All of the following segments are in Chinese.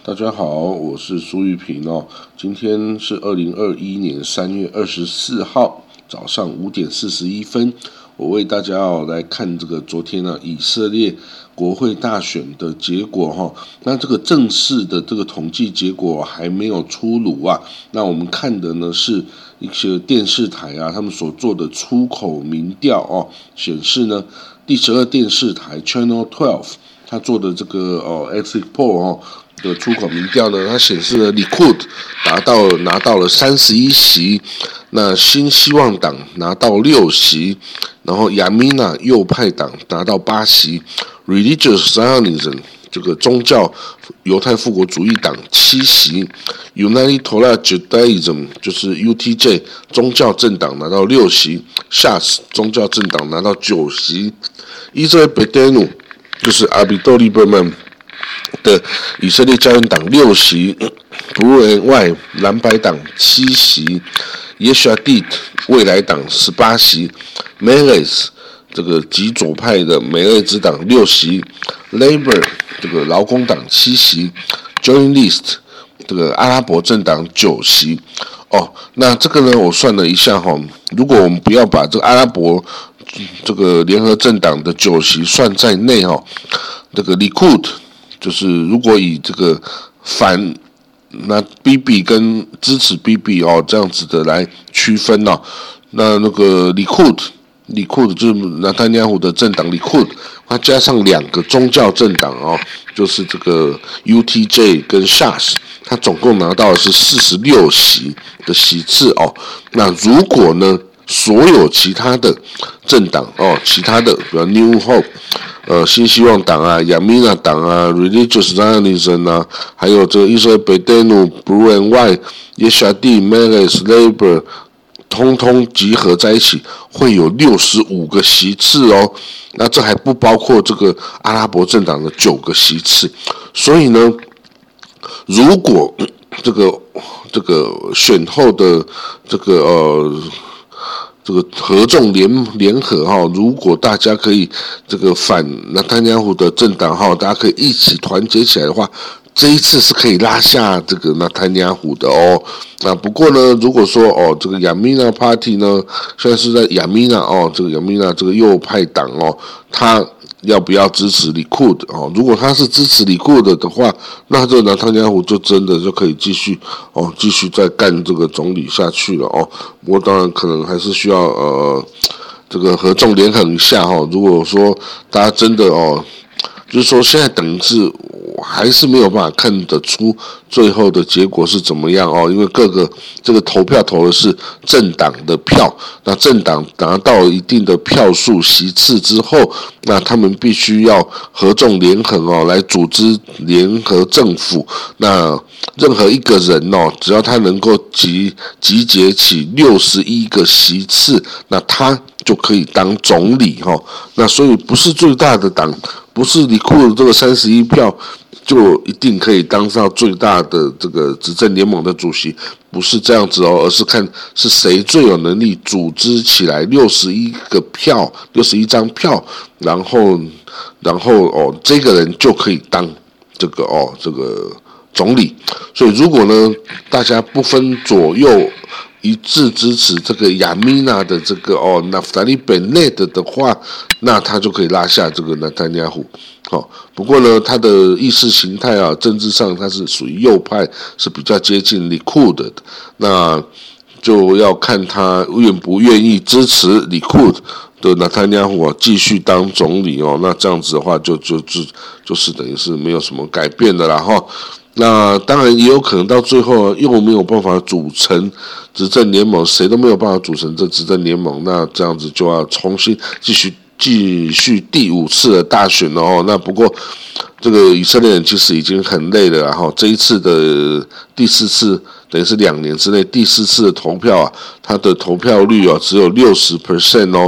大家好，我是苏玉平哦。今天是2021年3月24号早上5点41分，我为大家来看这个昨天以色列国会大选的结果哈。那这个正式的这个统计结果还没有出炉啊。那我们看的呢是一些电视台他们所做的出口民调显示呢第12电视台 Channel 12他做的这个Exit Poll的出口民调呢，它显示了 Likud 拿到了31席，那新希望党拿到6席，然后 Yamina 右派党拿到8席 ，Religious Zionism 这个宗教犹太复国主义党7席 ，United Torah Judaism 就是 UTJ 宗教政党拿到6席 ，Shas 宗教政党拿到9席 ，Israel Beitenu 就是阿比多利伯曼的以色列家园党6席 ，Blue and White 蓝白党7席 ，Yesh Atid 未来党18席 ，Meretz 这个极左派的美日之党6席 ，Labor 这个劳工党7席 ，Joint List 这个阿拉伯政党9席。那这个呢，我算了一下如果我们不要把这个阿拉伯这个联合政党的9席算在内这个 Likud 就是如果以这个反那 Bibi 跟支持 Bibi 这样子的来区分那个 Likud 就是纳坦雅胡的政党 Likud， 它加上2个宗教政党就是这个 UTJ 跟 Shas， 它总共拿到的是46席的席次那如果呢所有其他的政党其他的比如 New Hope新希望党Yamina 党Religious Zionism 还有这个 Israel Beitenu Blue and White Yesh Atid Meretz Labor 通通集合在一起会有65个席次那这还不包括这个阿拉伯政党的9个席次。所以呢如果这个选后的这个合众联合如果大家可以这个反纳坦雅胡的政党大家可以一起团结起来的话，这一次是可以拉下这个纳坦雅胡的那不过呢，如果说这个 Yamina Party 呢，现在是在 Yamina 这个 Yamina 这个右派党他要不要支持 Likud 如果他是支持 Likud 的话，那这个纳坦雅胡就真的就可以继续再干这个总理下去了不过当然可能还是需要这个合众联合一下如果说大家真的就是说现在等于是还是没有办法看得出最后的结果是怎么样因为各个这个投票投的是政党的票，那政党拿到一定的票数席次之后，那他们必须要合众联合来组织联合政府，那任何一个人只要他能够集结起61个席次，那他就可以当总理那所以不是最大的党，不是Likud这个31票就一定可以当上最大的这个执政联盟的主席，不是这样子而是看是谁最有能力组织起来61张票，然后这个人就可以当这个总理。所以如果呢大家不分左右一致支持这个亚米娜的这个Naftali Bennett 的话，那他就可以拉下这个纳坦雅胡不过呢他的意识形态政治上他是属于右派，是比较接近 Likud 的，那就要看他愿不愿意支持 Likud 的纳坦雅胡继续当总理那这样子的话就是等于是没有什么改变的啦那当然也有可能到最后又没有办法组成执政联盟，谁都没有办法组成这执政联盟，那这样子就要重新继续第5次的大选那不过这个以色列人其实已经很累了这一次的第4次等于是2年之内第4次的投票他的投票率只有 60%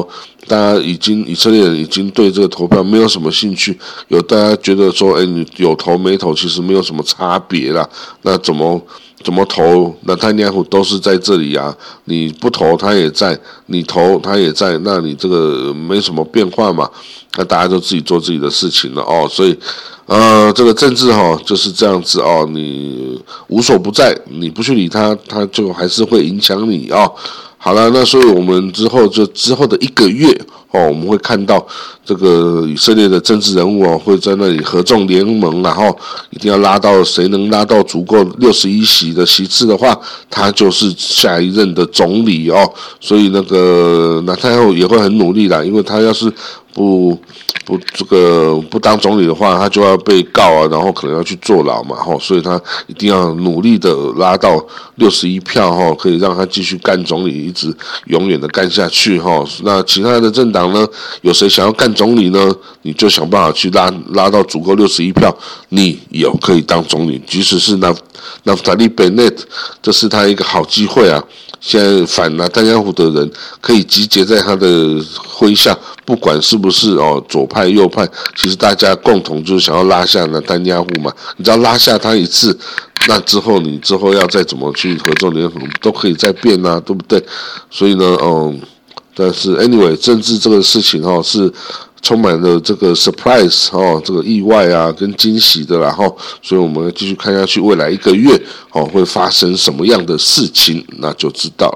大家以色列人已经对这个投票没有什么兴趣，大家觉得说，你有投没投其实没有什么差别啦，那怎么投，那内塔尼亚胡都是在这里啊，你不投他也在，你投他也在，那你这个没什么变化嘛，那大家都自己做自己的事情了哦，所以这个政治就是这样子哦，你无所不在，你不去理他，他就还是会影响你哦。好了，那所以我们之后的1个月我们会看到这个以色列的政治人物会在那里合纵联盟，然后一定要拉到谁能拉到足够61席的席次的话，他就是下一任的总理哦。所以那个纳坦雅胡也会很努力啦，因为他要是不当总理的话，他就要被告啊，然后可能要去坐牢嘛，所以他一定要努力的拉到61票可以让他继续干总理，一直永远的干下去那其他的政党呢，有谁想要干总理呢？你就想办法去拉到足够61票，你也可以当总理，即使是纳夫塔利·贝内特，这是他一个好机会啊。现在反纳坦雅胡的人可以集结在他的麾下，不管是不是左派右派，其实大家共同就是想要拉下纳坦雅胡嘛。你只要拉下他一次，那之后要再怎么去合纵联盟都可以再变啊，对不对？所以呢，但是 anyway， 政治这个事情是充满了这个 surprise 这个意外啊跟惊喜的啦所以我们继续看下去，未来1个月会发生什么样的事情，那就知道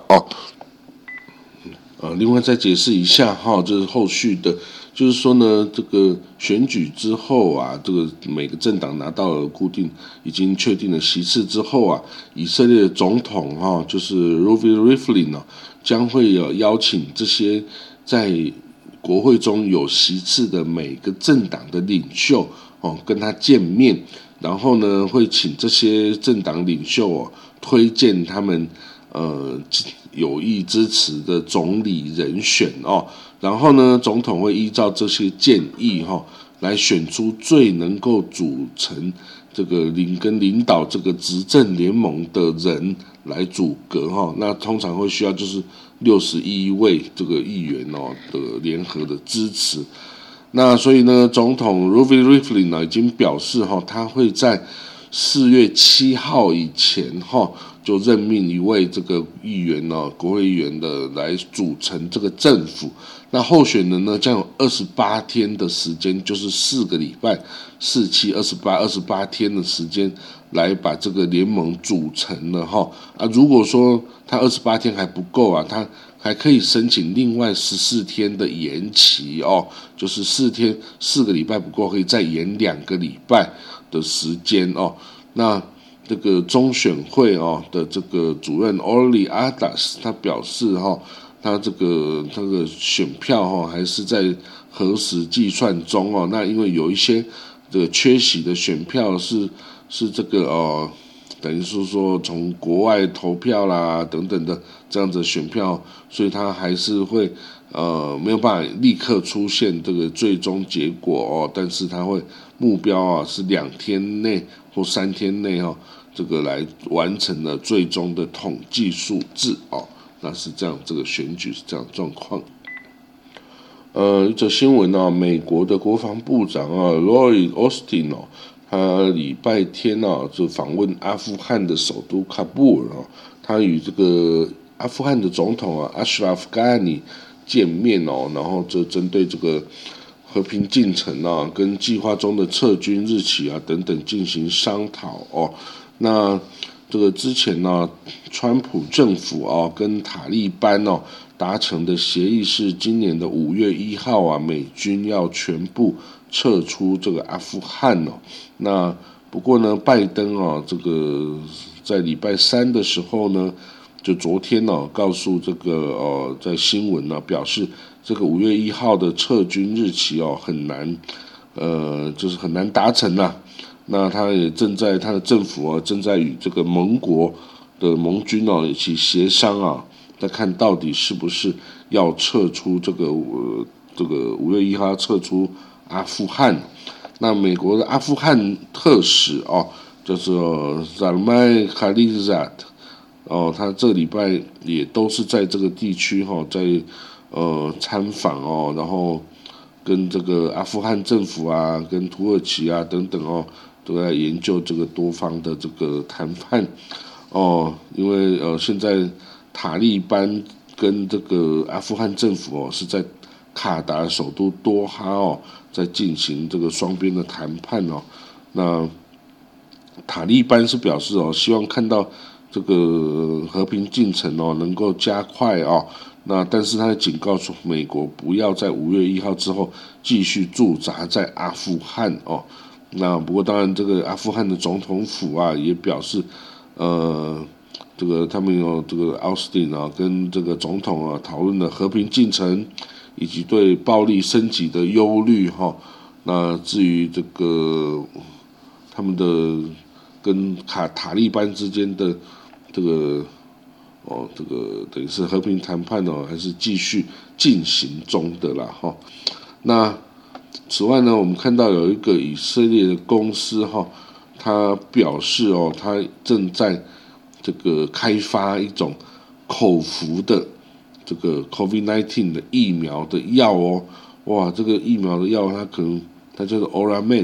另外再解释一下这是后续的，就是说呢，这个选举之后啊，这个每个政党拿到了固定已经确定的席次之后啊，以色列的总统就是 Reuven Rivlin 将会邀请这些在国会中有席次的每个政党的领袖跟他见面，然后呢会请这些政党领袖推荐他们有意支持的总理人选然后呢总统会依照这些建议来选出最能够组成这个领导这个执政联盟的人来组阁那通常会需要就是61位这个议员的联合的支持。那所以呢，总统 Reuven Rivlin 已经表示他会在4月7号以前就任命一位这个议员国会议员的来组成这个政府。那候选人呢将有28天的时间，就是4个礼拜，4、7、28天的时间来把这个联盟组成了如果说他28天还不够啊，他还可以申请另外14天的延期就是4个礼拜不够，可以再延2个礼拜的时间那这个中选会的这个主任 Oli Adas 他表示他这个选票还是在核实计算中那因为有一些这个缺席的选票是这个等于是说从国外投票啦等等的这样子的选票，所以他还是会没有办法立刻出现这个最终结果但是他会目标是2天内或3天内这个来完成了最终的统计数字那是这样，这个选举是这样的状况。一则新闻美国的国防部长Lloyd Austin他礼拜天就访问阿富汗的首都喀布尔他与这个阿富汗的总统Ashraf Ghani 见面然后就针对这个和平进程跟计划中的撤军日期等等进行商讨那这个之前川普政府跟塔利班达成的协议是今年的5月1号美军要全部撤出这个阿富汗那不过呢，拜登这个在礼拜3的时候呢，就昨天告诉这个在新闻表示这个5月1号的撤军日期很难就是很难达成那他也他的政府正在与这个盟国的盟军一起协商再看到底是不是要撤出这个5月1号撤出阿富汗。那美国的阿富汗特使叫做 Zalmay Khalilzad他这个礼拜也都是在这个地区在参访哦，然后跟这个阿富汗政府啊，跟土耳其啊等等哦，都在研究这个多方的这个谈判哦，因为现在塔利班跟这个阿富汗政府哦是在卡达首都多哈哦，在进行这个双边的谈判哦。那塔利班是表示哦，希望看到这个和平进程哦能够加快哦。那但是他警告说，美国不要在5月1号之后继续驻扎在阿富汗哦。那不过当然，这个阿富汗的总统府啊也表示，这个他们有这个奥斯汀啊跟这个总统啊讨论了和平进程，以及对暴力升级的忧虑哈。那至于这个他们的跟塔利班之间的这个这个等于是和平谈判哦，还是继续进行中的啦哈。那此外呢，我们看到有一个以色列的公司哈，他表示哦，他正在这个开发一种口服的这个 COVID-19 的疫苗的药哦，哇，这个疫苗的药它叫做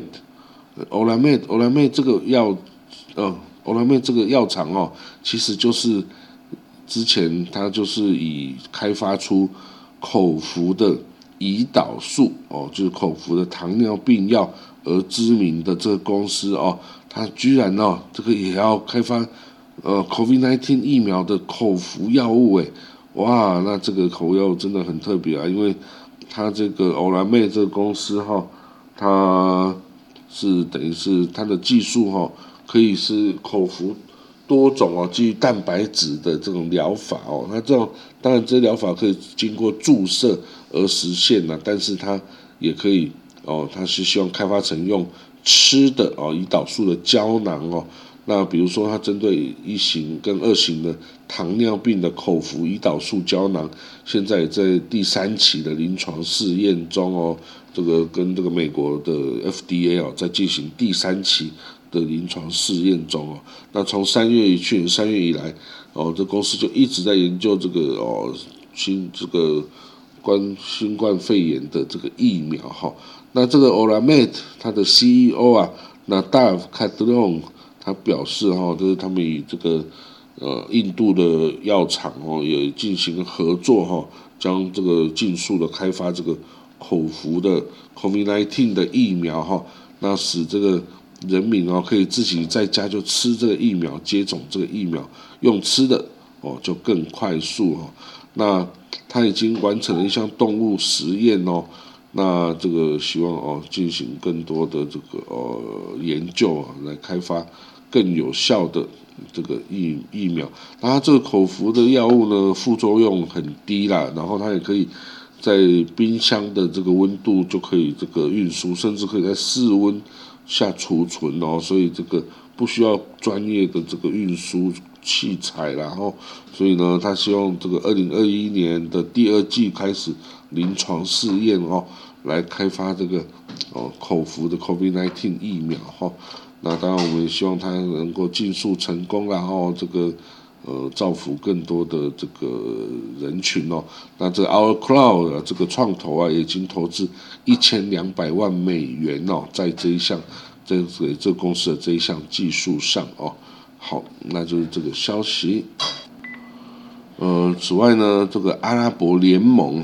Oramed 这个药Oramed 这个药厂哦，其实就是之前它就是以开发出口服的胰岛素哦，就是口服的糖尿病药而知名的这个公司哦，它居然哦这个也要开发COVID-19 疫苗的口服药物诶，哇，那这个口服药物真的很特别啊，因为它这个欧蓝妹这个公司哈，它是等于是它的技术哈，可以是口服多种哦基于蛋白质的这种疗法哦，那这种当然这疗法可以经过注射而实现啦，但是它也可以哦，它是希望开发成用吃的哦胰岛素的胶囊哦。那比如说，它针对1型跟2型的糖尿病的口服胰岛素胶囊，现在也在第3期的临床试验中哦。这个跟这个美国的 FDA 哦，在进行第3期的临床试验中哦。那从去年3月以来哦，这公司就一直在研究这个新冠肺炎的这个疫苗哈。那这个 Oramed 它的 CEO 啊，那Nadav Kadron。他表示就是他们与这个印度的药厂也进行合作将这个尽速的开发这个口服的 COVID-19 的疫苗那使这个人民可以自己在家就吃这个疫苗，接种这个疫苗，用吃的就更快速那他已经完成了一项动物实验那这个希望进行更多的这个研究来开发更有效的这个疫苗。那它这个口服的药物呢，副作用很低啦，然后它也可以在冰箱的这个温度就可以这个运输，甚至可以在室温下储存所以这个不需要专业的这个运输器材啦所以呢，他希望这个2021年的第2季开始临床试验来开发这个口服的 COVID-19 疫苗那当然我们也希望它能够尽速成功啦这个造福更多的这个人群那这个 Our Cloud 这个创投也已经投资1200万美元在这一项这公司的这一项技术上好，那就是这个消息。此外呢，这个阿拉伯联盟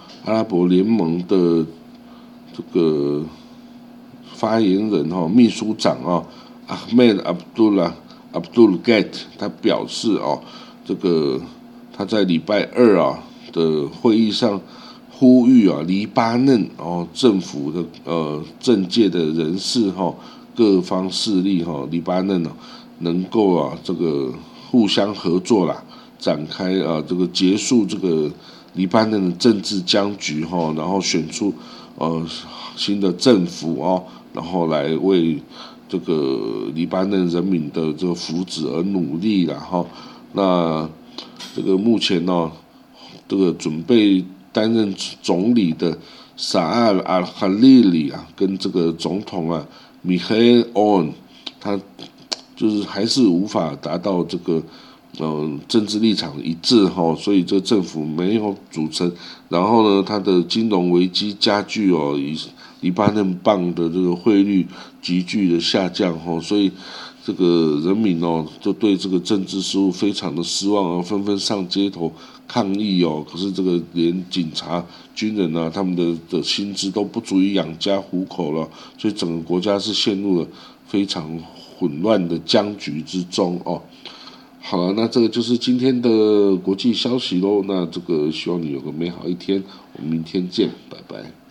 的这个发言人秘书长Ahmed Abdul Gate 他表示这个他在礼拜2的会议上呼吁黎巴嫩政府的政界的人士各方势力黎巴嫩能够这个互相合作啦，展开这个结束这个黎巴嫩的政治僵局然后选出新的政府然后来为这个黎巴嫩人民的这个福祉而努力啦那这个目前这个准备担任总理的萨尔阿哈利里跟这个总统米黑尔·奥恩，他就是还是无法达到这个政治立场一致所以这政府没有组成。然后呢，它的金融危机加剧黎巴嫩镑的这个汇率急剧的下降所以这个人民就对这个政治事务非常的失望纷纷上街头抗议可是这个连警察、军人他们的薪资都不足以养家糊口了，所以整个国家是陷入了非常混乱的僵局之中好了，那这个就是今天的国际消息咯。那这个希望你有个美好一天，我们明天见，拜拜。